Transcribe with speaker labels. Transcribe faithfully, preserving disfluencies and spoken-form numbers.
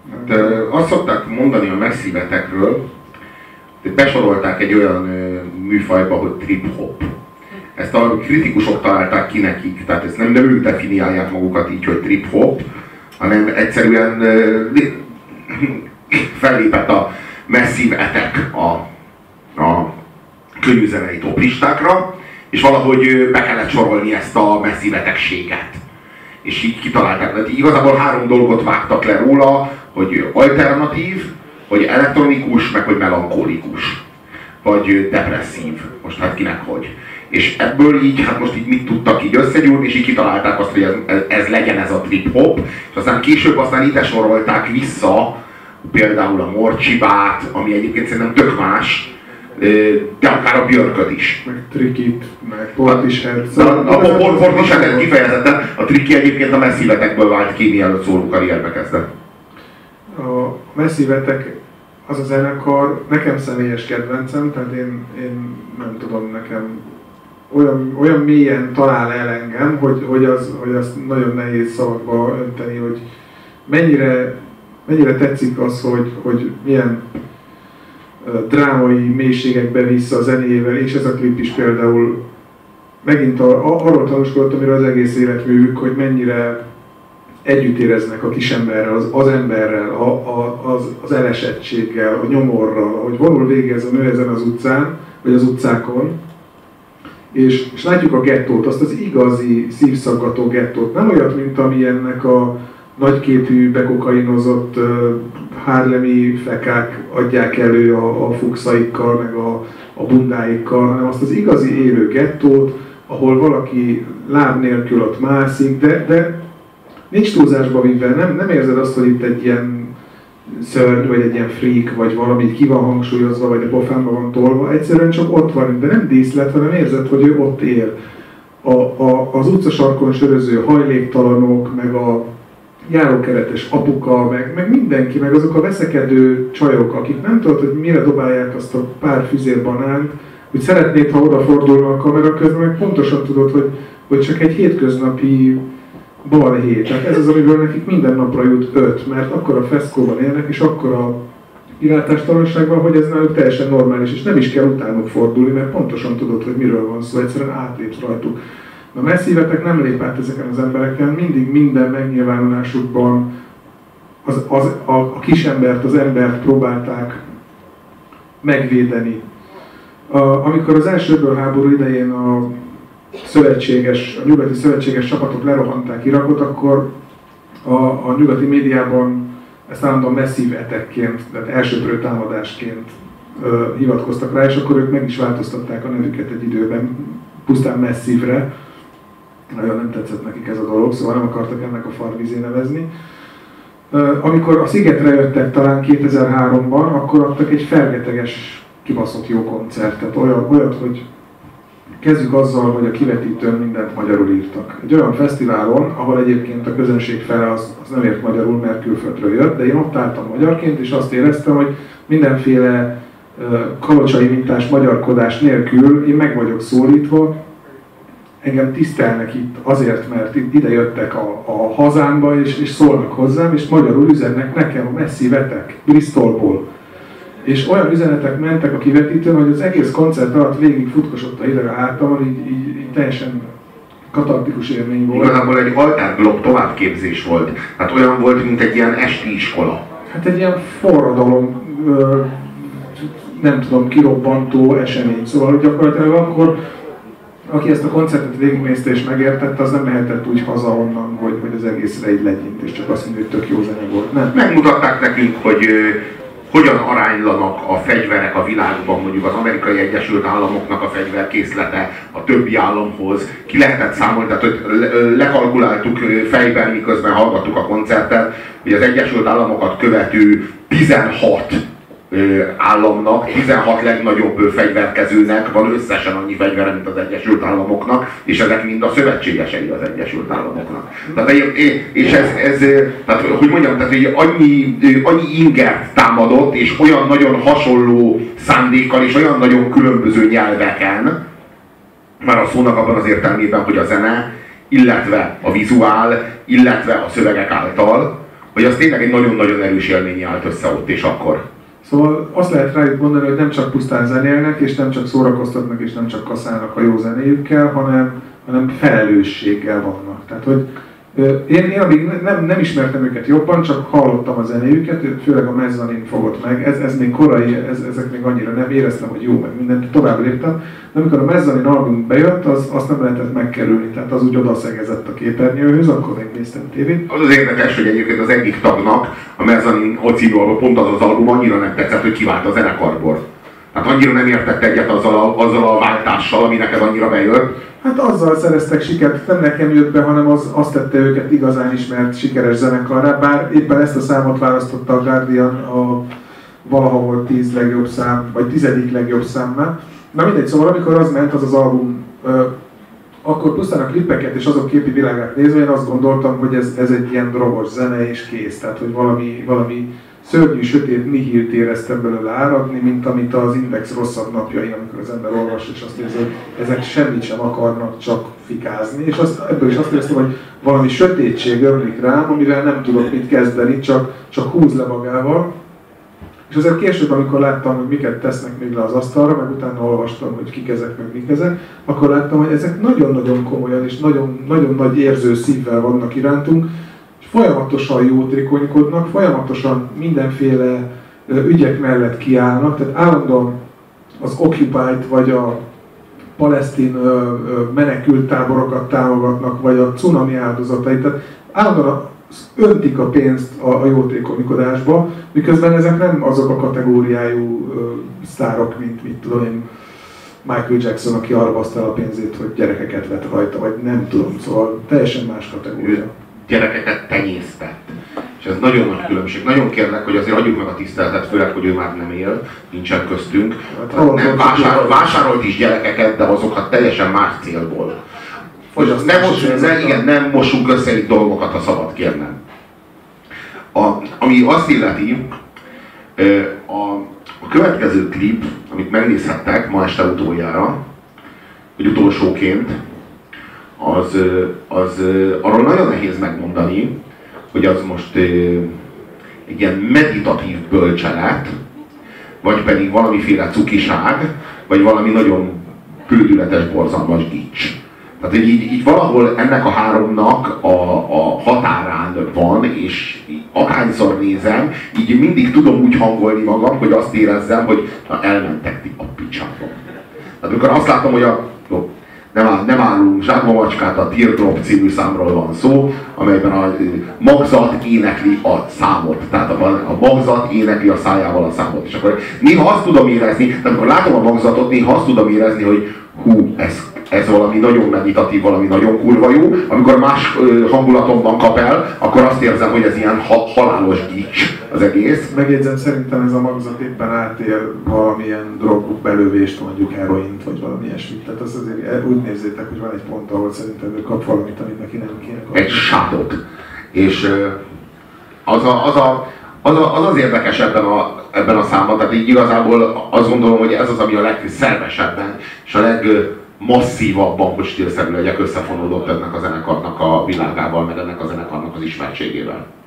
Speaker 1: Hát, azt szokták mondani a messzívetekről, hogy besorolták egy olyan műfajba, hogy trip-hop. Ezt a kritikusok találták ki nekik, tehát ezt nem, nem ők definiálják magukat így, hogy trip-hop, hanem egyszerűen fellépett a Massive Attack a, a könnyűzenei toplistákra, és valahogy be kellett sorolni ezt a Massive Attack-séget. És így kitalálták, de igazából három dolgot vágtak le róla, hogy alternatív, hogy elektronikus, meg hogy melankolikus, vagy depresszív, most hát kinek hogy. És ebből így, hát most így mit tudtak így összegyúrni, és így kitalálták azt, hogy ez, ez legyen ez a trip-hop, és aztán később aztán ide sorolták vissza például a Morcsibát, ami egyébként szerintem tök más, de akár a Björköt is.
Speaker 2: Meg Trikit, meg Portishead.
Speaker 1: A Portishead kifejezetten, a Triki egyébként a Massive Attackből vált ki, mielőtt szóló karrierbe kezdett.
Speaker 2: A Massive Attack az a zenekar nekem személyes kedvencem, tehát én, én nem tudom, nekem olyan, olyan mélyen talál el engem, hogy, hogy, az, hogy azt nagyon nehéz szavakba önteni, hogy mennyire, mennyire tetszik az, hogy, hogy milyen drámai mélységekbe vissza a zenéjével, és ez a klip is például megint a, a, arról tanúskodott, amiről az egész életművük, hogy mennyire együtt éreznek a kisemberrel, az, az emberrel, a, a, az, az elesettséggel, a nyomorral, ahogy vonul végig ez a nő ezen az utcán, vagy az utcákon, és, és látjuk a gettót, azt az igazi szívszaggató gettót, nem olyat, mint amilyennek a nagyképű, bekokainozott uh, hárlemi fekák adják elő a, a fuxaikkal, meg a, a bundáikkal, hanem azt az igazi élő gettót, ahol valaki láb nélkül ott mászik, de, de nincs túlzásba vive, nem, nem érzed azt, hogy itt egy ilyen szörny, vagy egy ilyen freak, vagy valami ki van hangsúlyozva, vagy a pofánba van tolva, egyszerűen csak ott van, de nem díszlet, hanem érzed, hogy ő ott él. A, a, az utcasarkon söröző hajléktalanok, meg a járókeretes apuka, meg, meg mindenki, meg azok a veszekedő csajok, akik nem tudod, hogy mire dobálják azt a pár füzér banánt, hogy szeretnéd, ha odafordulna a kamera közben, meg pontosan tudod, hogy, hogy csak egy hétköznapi balhé. Tehát ez az, amiből nekik minden napra jut öt, mert akkor a feszkóban élnek, és akkor a kilátástalanságban, hogy ez náluk teljesen normális, és nem is kell utánuk fordulni, mert pontosan tudod, hogy miről van szó, egyszerűen átlépsz rajtuk. A Massive Attack nem lép át ezeken az embereken, mindig minden megnyilvánulásukban az, az, a, a kisembert, az embert próbálták megvédeni. A, amikor az első háború idején a szövetséges, a nyugati szövetséges csapatok lerohanták Irakot, akkor a, a nyugati médiában ezt állandóan Massive Attackként, tehát elsöprő támadásként ö, hivatkoztak rá, és akkor ők meg is változtatták a nevüket egy időben, pusztán Massive-re. Nagyon nem tetszett nekik ez a dolog, szóval nem akartak ennek a farvizé nevezni. Amikor a Szigetre jöttek talán kétezer-háromban, akkor adtak egy fergeteges, kibaszott jó koncertet. Olyan, olyat, hogy kezdjük azzal, hogy a kivetítőn mindent magyarul írtak. Egy olyan fesztiválon, ahol egyébként a közönség fele az, az nem ért magyarul, mert külföldről jött, de én ott álltam magyarként, és azt éreztem, hogy mindenféle uh, kalocsai mintás magyarkodás nélkül én meg vagyok szólítva. Engem tisztelnek itt azért, mert itt ide jöttek a, a hazámba, és, és szólnak hozzám, és magyarul üzennek nekem a Massive Attack, Bristolból. És olyan üzenetek mentek a kivetítőn, hogy az egész koncert alatt végig futkosott a hideg a hátamon, így, így, így teljesen katartikus élmény volt.
Speaker 1: Igazából egy alterblog továbbképzés volt. Hát olyan volt, mint egy ilyen esti iskola.
Speaker 2: Hát egy ilyen forradalom, nem tudom, kirobbantó esemény. Szóval gyakorlatilag akkor, aki ezt a koncertet végignézte és megértette, az nem mehetett úgy haza onnan, hogy, hogy az egészre így legyint, és csak azt mondja, hogy tök jó zene volt. Nem.
Speaker 1: Megmutatták nekünk, hogy hogyan aránylanak a fegyverek a világban, mondjuk az Amerikai Egyesült Államoknak a fegyverkészlete a többi államhoz. Ki lehetett számolni, tehát hogy lekalkuláltuk fejben, miközben hallgattuk a koncertet, hogy az Egyesült Államokat követő tizenhat államnak, tizenhat legnagyobb fegyverkezőnek van összesen annyi fegyvere, mint az Egyesült Államoknak, és ezek mind a szövetségesei az Egyesült Államoknak. Tehát, és ez, ez tehát, hogy mondjam, tehát, hogy annyi, annyi ingert támadott, és olyan nagyon hasonló szándékkal, és olyan nagyon különböző nyelveken, már a szónak abban az értelmében, hogy a zene, illetve a vizuál, illetve a szövegek által, Vagy az tényleg egy nagyon-nagyon erős élmény állt össze ott és akkor?
Speaker 2: Szóval azt lehet rájuk mondani, hogy nem csak pusztán zenélnek, és nem csak szórakoztatnak, és nem csak kaszálnak a jó zenéjükkel, hanem, hanem felelősséggel vannak. Tehát, hogy én, én amíg nem, nem ismertem őket jobban, csak hallottam a zenéjüket, főleg a Mezzanin fogott meg. Ez, ez még korai, ez, ezek még annyira nem éreztem, hogy jó, meg mindent tovább léptem. De amikor a Mezzanin album bejött, az, azt nem lehetett megkerülni, tehát az úgy odaszegezett a képernyőhöz, akkor még néztem tévét.
Speaker 1: Az az érdekes, hogy egyébként az egyik tagnak a Mezzanin című album, pont az az album annyira nem tetszett, hogy kivált a zenekarból. Hát annyira nem értett egyet azzal a, azzal a váltással, ami neked annyira bejött.
Speaker 2: Hát azzal szereztek sikert, nem nekem jött be, hanem az, azt tette őket igazán ismert, sikeres zenekarrá, bár éppen ezt a számot választotta a Guardian a valaha volt tíz legjobb szám, vagy tizedik legjobb számmá. Na mindegy, szóval amikor az ment, az az album, ö, akkor pusztán a klippeket és azok képi világát nézve, én azt gondoltam, hogy ez, ez egy ilyen drogos zene és kész, tehát hogy valami, valami szörnyű, sötét nihilt éreztem belőle áradni, mint amit az Index rosszabb napjai, amikor az ember olvas, és azt érzi, hogy ezek semmit sem akarnak, csak fikázni. És azt, ebből is azt éreztem, hogy valami sötétség ömlik rám, amivel nem tudok mit kezdeni, csak, csak húz le magával. És azért később, amikor láttam, hogy miket tesznek még le az asztalra, meg utána olvastam, hogy kik ezek, meg mik ezek, akkor láttam, hogy ezek nagyon-nagyon komolyan és nagyon, nagyon nagy érző szívvel vannak irántunk, folyamatosan jótékonykodnak, folyamatosan mindenféle ügyek mellett kiállnak, tehát állandóan az Occupied vagy a palesztin menekült táborokat támogatnak, vagy a cunami áldozatait, tehát állandóan öntik a pénzt a, a jótékonykodásba, miközben ezek nem azok a kategóriájú sztárok, mint mit tudom én, Michael Jackson, aki arra baszta el a pénzét, hogy gyerekeket vett rajta, vagy nem tudom, szóval teljesen más kategória.
Speaker 1: Gyerekeket tenyésztett. És ez nagyon nagy különbség. Nagyon kérlek, hogy azért adjuk meg a tiszteletet, főleg, hogy ő már nem él, nincsen köztünk. Hát, nem vásárol, vásárolt is gyerekeket, de azokat teljesen más célból. Nem mosunk, ne, igen, nem mosunk össze itt dolgokat, ha szabad kérnem. A, ami azt illeti, a, a következő klip, amit megnézhettek ma este utoljára, vagy utolsóként, az, az arról nagyon nehéz megmondani, hogy az most egy ilyen meditatív bölcselet, vagy pedig valamiféle cukiság, vagy valami nagyon bődületes, borzalmas gics. Tehát így, így valahol ennek a háromnak a, a határán van, és akárszor nézem, így mindig tudom úgy hangolni magam, hogy azt érezzem, hogy na, elmentek ti a picsába. Tehát amikor azt látom, hogy a jó, Nem, áll, nem állunk, Zsákba Macskát, a Teardrop című számról van szó, amelyben a magzat énekli a számot. Tehát a, a magzat énekli a szájával a számot. És akkor néha azt tudom érezni, tehát amikor látom a magzatot, néha azt tudom érezni, hogy hú, ez, ez valami nagyon meditatív, valami nagyon kurva jó. Amikor más ö, hangulatomban kap el, akkor azt érzem, hogy ez ilyen ha, halálos gics az egész.
Speaker 2: Megjegyzem, szerintem ez a magzat éppen átér valamilyen drog belövést, mondjuk heroint, vagy valami ilyesmit. Tehát az azért úgy nézzétek, hogy van egy pont, ahol szerintem ő kap valamit, amit neki nem kéne kapni.
Speaker 1: Egy sátot. És az a, az, a, az, a, az az érdekes ebben a, ebben a számban, tehát így igazából azt gondolom, hogy ez az, ami a legszervesebben és a legmasszívabban, hogy stílszerű legyek, összefonódott ennek a zenekarnak a világával, meg ennek a zenekarnak az ismertségével.